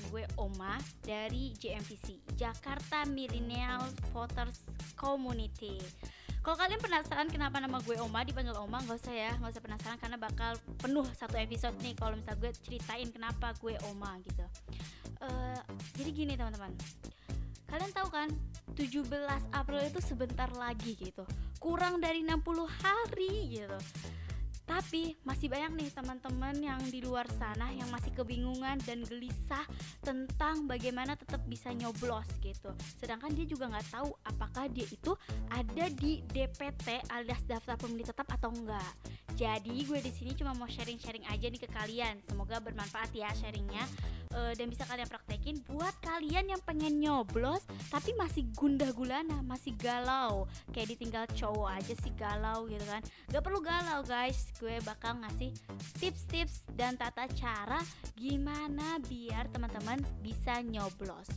gue Oma dari JMVC, Jakarta Millennial Voters Community. Kalau kalian penasaran kenapa nama gue Oma, dipanggil Oma, nggak usah ya, nggak usah penasaran karena bakal penuh satu episode nih kalau misal gue ceritain kenapa gue Oma gitu. Jadi gini teman-teman, kalian tahu kan 17 April itu sebentar lagi gitu, kurang dari 60 hari gitu. Tapi masih banyak nih teman-teman yang di luar sana yang masih kebingungan dan gelisah tentang bagaimana tetap bisa nyoblos gitu. Sedangkan dia juga nggak tahu apakah dia itu ada di DPT alias daftar pemilih tetap atau enggak. Jadi gue di sini cuma mau sharing-sharing aja nih ke kalian. Semoga bermanfaat ya sharingnya, dan bisa kalian praktekin buat kalian yang pengen nyoblos tapi masih gundah gulana, masih galau. Kayak ditinggal cowok aja sih galau gitu kan. Gak perlu galau guys, gue bakal ngasih tips-tips dan tata cara gimana biar teman-teman bisa nyoblos.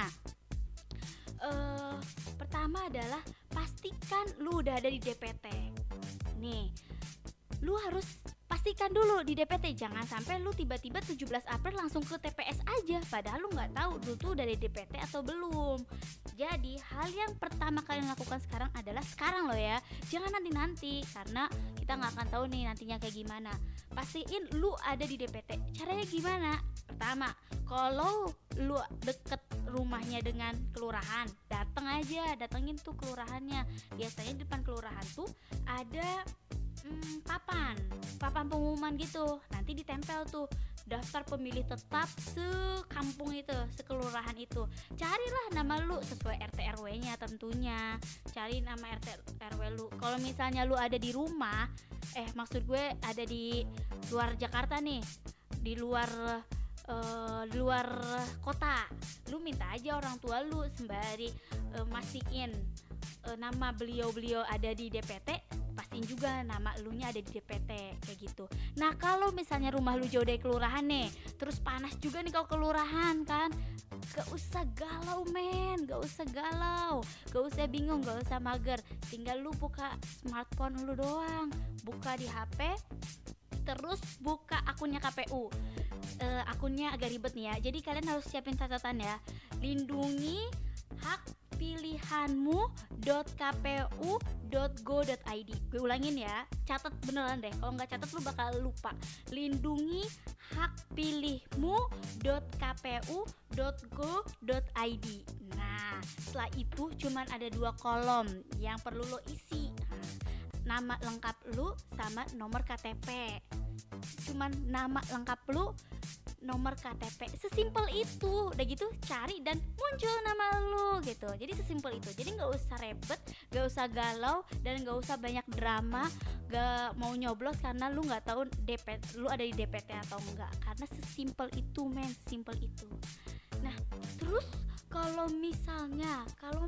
Pertama adalah pastikan lu udah ada di DPT. Nih, lu harus pastikan dulu di DPT. Jangan sampai lu tiba-tiba 17 April langsung ke TPS aja, padahal lu nggak tahu lu tuh udah di DPT atau belum. Jadi hal yang pertama kalian lakukan sekarang adalah sekarang loh ya, jangan nanti-nanti, karena kita nggak akan tahu nih nantinya kayak gimana. Pastiin lu ada di DPT. Caranya gimana? Pertama, kalau lu deket rumahnya dengan kelurahan, datengin tuh kelurahannya. Biasanya di depan kelurahan tuh ada papan pengumuman gitu. Nanti ditempel tuh daftar pemilih tetap sekampung itu, sekelurahan itu. Carilah nama lu sesuai RT RW-nya tentunya. Cari nama RT RW lu. Kalau misalnya lu ada di rumah, maksud gue ada di luar Jakarta nih, di luar kota, lu minta aja orang tua lu sembari mastiin nama beliau ada di DPT, pastiin juga nama elunya ada di DPT kayak gitu. Nah kalau misalnya rumah lu jauh dari kelurahan nih, terus panas juga nih kalau kelurahan kan, gak usah galau men, gak usah bingung, gak usah mager. Tinggal lu buka smartphone lu doang, buka di HP, terus buka akunnya KPU. Akunnya agak ribet nih ya, jadi kalian harus siapin catatan ya. Lindungi hak pilihanmu.kpu.go.id. Gue ulangin ya, catat beneran deh, kalau nggak catat lu bakal lupa. Lindungi hak pilihmu.kpu.go.id. Nah setelah itu cuman ada 2 kolom yang perlu lo isi, nama lengkap lu sama nomor KTP. Cuman nama lengkap lu, nomor KTP, sesimpel itu. Udah gitu cari dan muncul nama lu gitu. Jadi sesimpel itu. Jadi nggak usah repet, nggak usah galau, dan nggak usah banyak drama. Gak mau nyoblos karena lu nggak tahu lu ada di DPT atau enggak. Karena sesimpel itu men, sesimpel itu. Nah terus kalau misalnya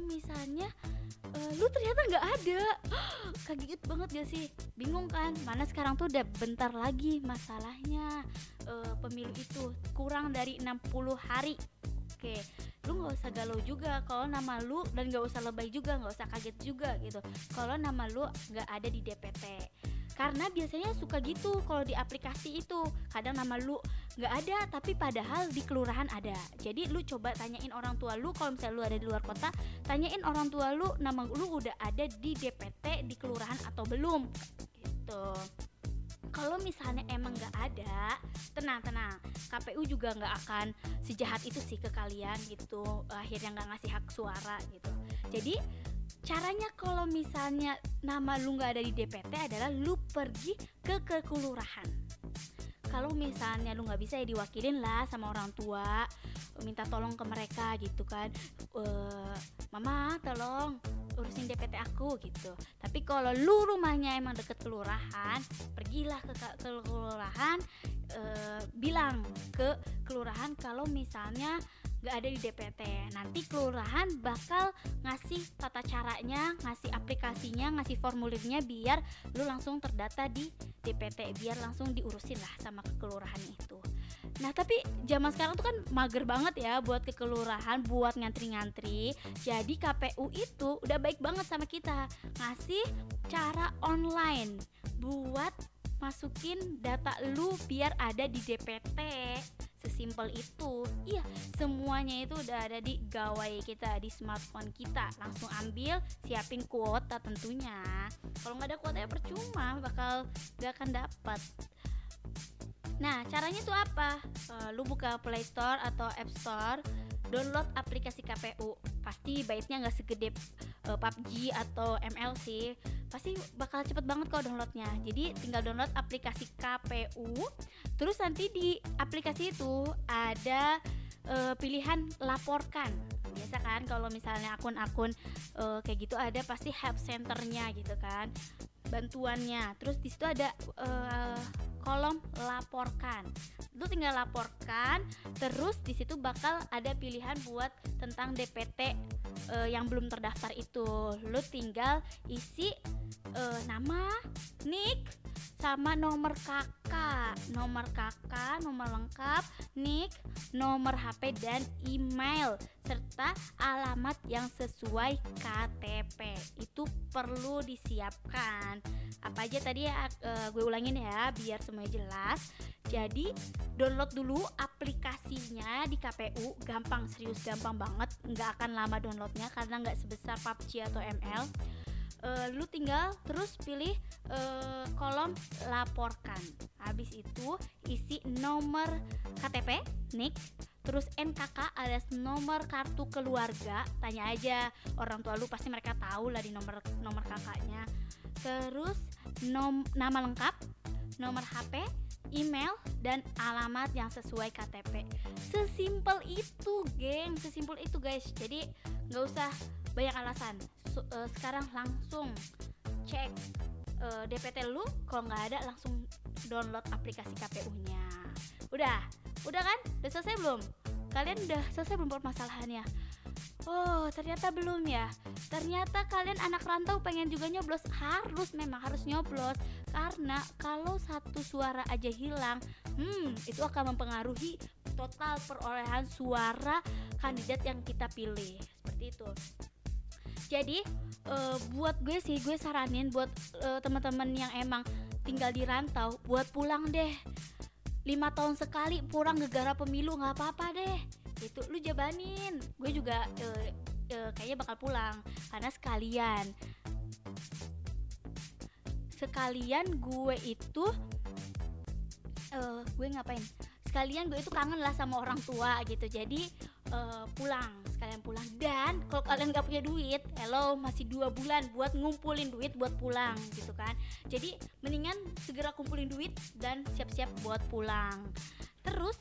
lu ternyata nggak ada, kaget banget gak sih? Bingung kan? Mana sekarang tuh udah bentar lagi masalahnya, pemilu itu kurang dari 60 hari. Oke, lu nggak usah galau juga kalau nama lu, dan nggak usah lebay juga, nggak usah kaget juga gitu kalau nama lu nggak ada di DPT. Karena biasanya suka gitu kalau di aplikasi itu, kadang nama lu nggak ada tapi padahal di kelurahan ada. Jadi lu coba tanyain orang tua lu, kalau misalnya lu ada di luar kota, tanyain orang tua lu nama lu udah ada di DPT di kelurahan atau belum gitu. Kalau misalnya emang nggak ada, tenang, KPU juga nggak akan sejahat itu sih ke kalian gitu, akhirnya nggak ngasih hak suara gitu. Jadi caranya kalau misalnya nama lu nggak ada di DPT adalah lu pergi ke kelurahan. Kalau misalnya lu nggak bisa ya diwakilin lah sama orang tua, minta tolong ke mereka gitu kan, mama tolong urusin DPT aku gitu. Tapi kalau lu rumahnya emang deket kelurahan, pergilah ke kelurahan, bilang ke kelurahan kalau misalnya gak ada di DPT. Nanti kelurahan bakal ngasih tata caranya, ngasih aplikasinya, ngasih formulirnya biar lu langsung terdata di DPT, biar langsung diurusin lah sama kelurahan itu. Nah tapi zaman sekarang tuh kan mager banget ya buat ke kelurahan, buat ngantri-ngantri. Jadi KPU itu udah baik banget sama kita, ngasih cara online buat masukin data lu biar ada di DPT. Sesimpel itu. Iya, semuanya itu udah ada di gawai kita, di smartphone kita. Langsung ambil, siapin kuota tentunya. Kalau nggak ada kuota ya percuma, bakal gak akan dapat. Nah, caranya tuh apa? Lu buka Play Store atau App Store, download aplikasi KPU. Pasti baitnya nggak segede PUBG atau ML sih. Pasti bakal cepet banget kok downloadnya. Jadi tinggal download aplikasi KPU. Terus nanti di aplikasi itu ada pilihan laporkan. Biasa kan kalau misalnya akun-akun kayak gitu ada pasti help centernya gitu kan, bantuannya. Terus di situ ada kolom laporkan. Lu tinggal laporkan, terus di situ bakal ada pilihan buat tentang DPT yang belum terdaftar itu. Lu tinggal isi nama, nick, sama nomor kakak, nomor lengkap, nick, nomor HP dan email serta alamat yang sesuai KTP. Itu perlu disiapkan. Apa aja tadi ya, gue ulangin ya biar semuanya jelas. Jadi download dulu aplikasinya di KPU, gampang, serius gampang banget, nggak akan lama downloadnya karena nggak sebesar PUBG atau ML. Lu tinggal terus pilih kolom laporkan. Habis itu isi nomor KTP, nick, terus NKK alias nomor kartu keluarga. Tanya aja orang tua lu, pasti mereka tahu lah di nomor kakaknya. Terus nama lengkap, nomor HP, email, dan alamat yang sesuai KTP. Sesimpel itu, geng, sesimpel itu guys. Jadi nggak usah banyak alasan. Sekarang langsung cek DPT lu. Kalau nggak ada langsung download aplikasi KPU-nya. Udah kan? Udah selesai belum? Kalian udah selesai belum permasalahannya? Oh, ternyata belum ya. Ternyata kalian anak rantau pengen juga nyoblos. Memang harus nyoblos. Karena kalau satu suara aja hilang, itu akan mempengaruhi total perolehan suara kandidat yang kita pilih. Seperti itu. Jadi buat gue sih, gue saranin buat teman-teman yang emang tinggal di rantau, buat pulang deh. 5 tahun sekali pulang gegara pemilu, nggak apa-apa deh. Itu lu jabanin. Gue juga kayaknya bakal pulang karena sekalian gue itu gue ngapain? Sekalian gue itu kangen lah sama orang tua gitu. Jadi sekalian pulang. Dan kalau kalian gak punya duit, masih 2 bulan buat ngumpulin duit buat pulang gitu kan. Jadi mendingan segera kumpulin duit dan siap-siap buat pulang. Terus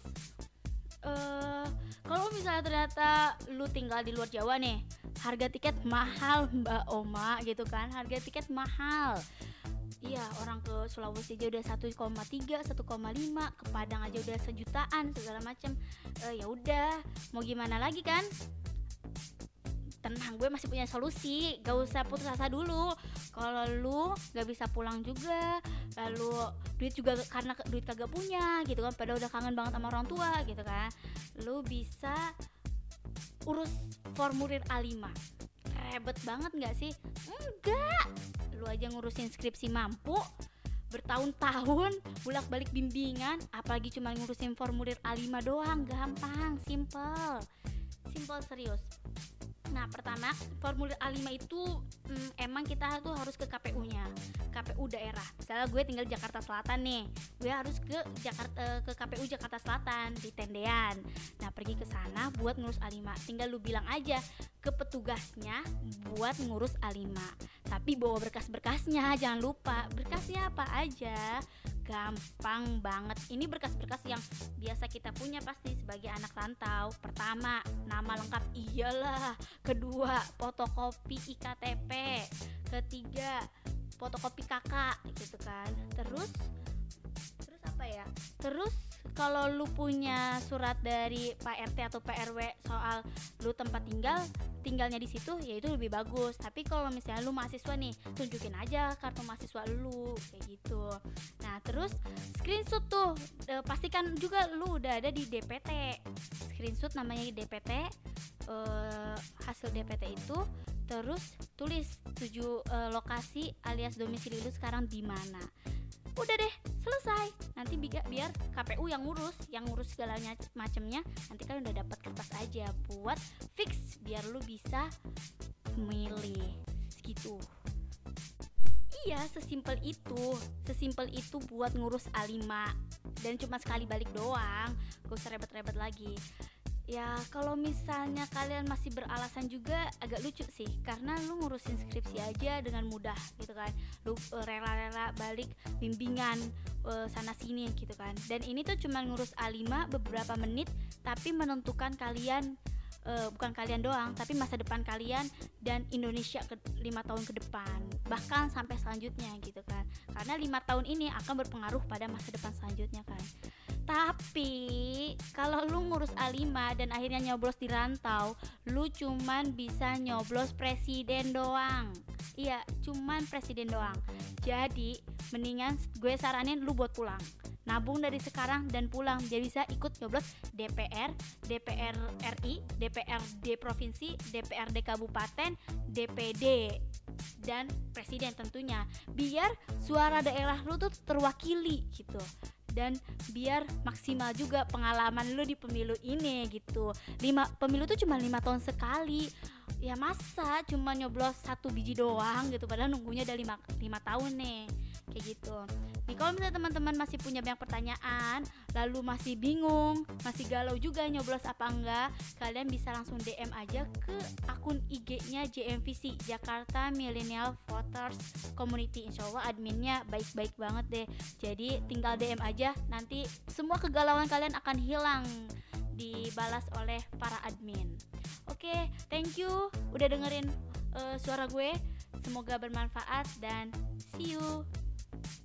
kalau misalnya ternyata lu tinggal di luar Jawa nih, harga tiket mahal Mbak Oma gitu kan, harga tiket mahal. Iya, orang ke Sulawesi aja udah 1,3, 1,5, ke Padang aja udah sejutaan segala macam. Ya udah, mau gimana lagi kan? Tenang, gue masih punya solusi. Gak usah putus asa dulu. Kalau lu gak bisa pulang juga, lalu duit juga karena duit kagak punya gitu kan, padahal udah kangen banget sama orang tua gitu kan, lu bisa urus formulir A5. Ribet banget gak sih? Enggak, lu aja ngurusin skripsi mampu, bertahun-tahun bolak-balik bimbingan, apalagi cuma ngurusin formulir A5 doang. Gampang, simple serius. Nah, pertama, formulir A5 itu emang kita tuh harus ke KPU-nya, KPU daerah. Misalnya gue tinggal di Jakarta Selatan nih, gue harus ke KPU Jakarta Selatan di Tendean. Nah, pergi ke sana buat ngurus A5. Tinggal lu bilang aja ke petugasnya buat ngurus A5. Tapi bawa berkas-berkasnya, jangan lupa. Berkasnya apa aja? Gampang banget. Ini berkas-berkas yang biasa kita punya pasti sebagai anak rantau. Pertama, nama lengkap, iyalah. Kedua, fotokopi IKTP. Ketiga, fotokopi kakak gitu kan. Terus apa ya? Terus kalau lu punya surat dari Pak RT atau PRW soal lu tempat tinggalnya di situ, ya itu lebih bagus. Tapi kalau misalnya lu mahasiswa nih, tunjukin aja kartu mahasiswa lu kayak gitu. Nah, terus screenshot tuh, pastikan juga lu udah ada di DPT. Screenshot namanya DPT, hasil DPT itu. Terus tulis lokasi alias domisili lu sekarang di mana. udah deh selesai. Nanti biar KPU yang ngurus segalanya macemnya. Nanti kalian udah dapat kertas aja buat fix biar lu bisa milih segitu. Iya, sesimpel itu buat ngurus A5 dan cuma sekali balik doang, gak usah ribet-ribet lagi. Ya kalau misalnya kalian masih beralasan juga agak lucu sih, karena lu ngurusin skripsi aja dengan mudah gitu kan, lu rela-rela balik bimbingan sana sini gitu kan, dan ini tuh cuma ngurus A5 beberapa menit tapi menentukan kalian bukan kalian doang tapi masa depan kalian dan Indonesia 5 tahun ke depan, bahkan sampai selanjutnya gitu kan, karena 5 tahun ini akan berpengaruh pada masa depan selanjutnya kan. Tapi kalau lu ngurus A5 dan akhirnya nyoblos di rantau, lu cuman bisa nyoblos presiden doang. Iya, cuman presiden doang. Jadi mendingan gue saranin lu buat pulang, nabung dari sekarang dan pulang, dia bisa ikut nyoblos DPR, DPR RI, DPRD provinsi, DPRD kabupaten, DPD dan presiden tentunya, biar suara daerah lu tuh terwakili gitu, dan biar maksimal juga pengalaman lu di pemilu ini gitu. Pemilu tuh cuma 5 tahun sekali. Ya masa cuma nyoblos 1 biji doang gitu, padahal nunggunya udah 5 tahun nih. Kayak gitu. Nih kalau misalnya teman-teman masih punya banyak pertanyaan, lalu masih bingung, masih galau juga nyoblos apa enggak, kalian bisa langsung DM aja ke akun IG-nya JMVC, Jakarta Millennial Voters Community. Insya Allah adminnya baik-baik banget deh. Jadi tinggal DM aja, nanti semua kegalauan kalian akan hilang, dibalas oleh para admin. Oke, thank you udah dengerin suara gue. Semoga bermanfaat dan see you.